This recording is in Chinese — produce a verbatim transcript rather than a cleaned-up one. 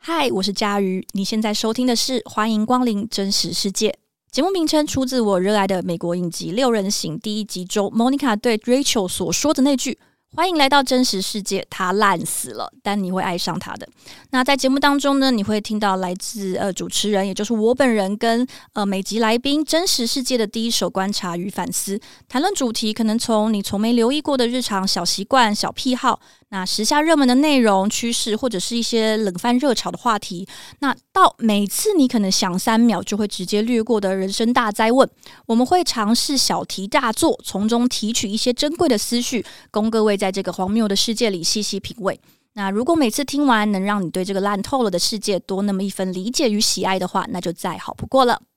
嗨，我是佳瑜，你现在收听的是欢迎光临真实世界。节目名称出自我热爱的美国影集《六人行》第一集中 Monica 对 Rachel 所说的那句欢迎来到真实世界，他烂死了，但你会爱上他的。那在节目当中呢，你会听到来自呃主持人，也就是我本人跟呃每集来宾真实世界的第一手观察与反思。谈论主题可能从你从没留意过的日常小习惯、小癖好，那时下热门的内容、趋势，或者是一些冷饭热炒的话题，那到每次你可能想三秒就会直接略过的人生大哉问，我们会尝试小题大做，从中提取一些珍贵的思绪，供各位在这个荒谬的世界里细细品味。那如果每次听完能让你对这个烂透了的世界多那么一分理解与喜爱的话，那就再好不过了。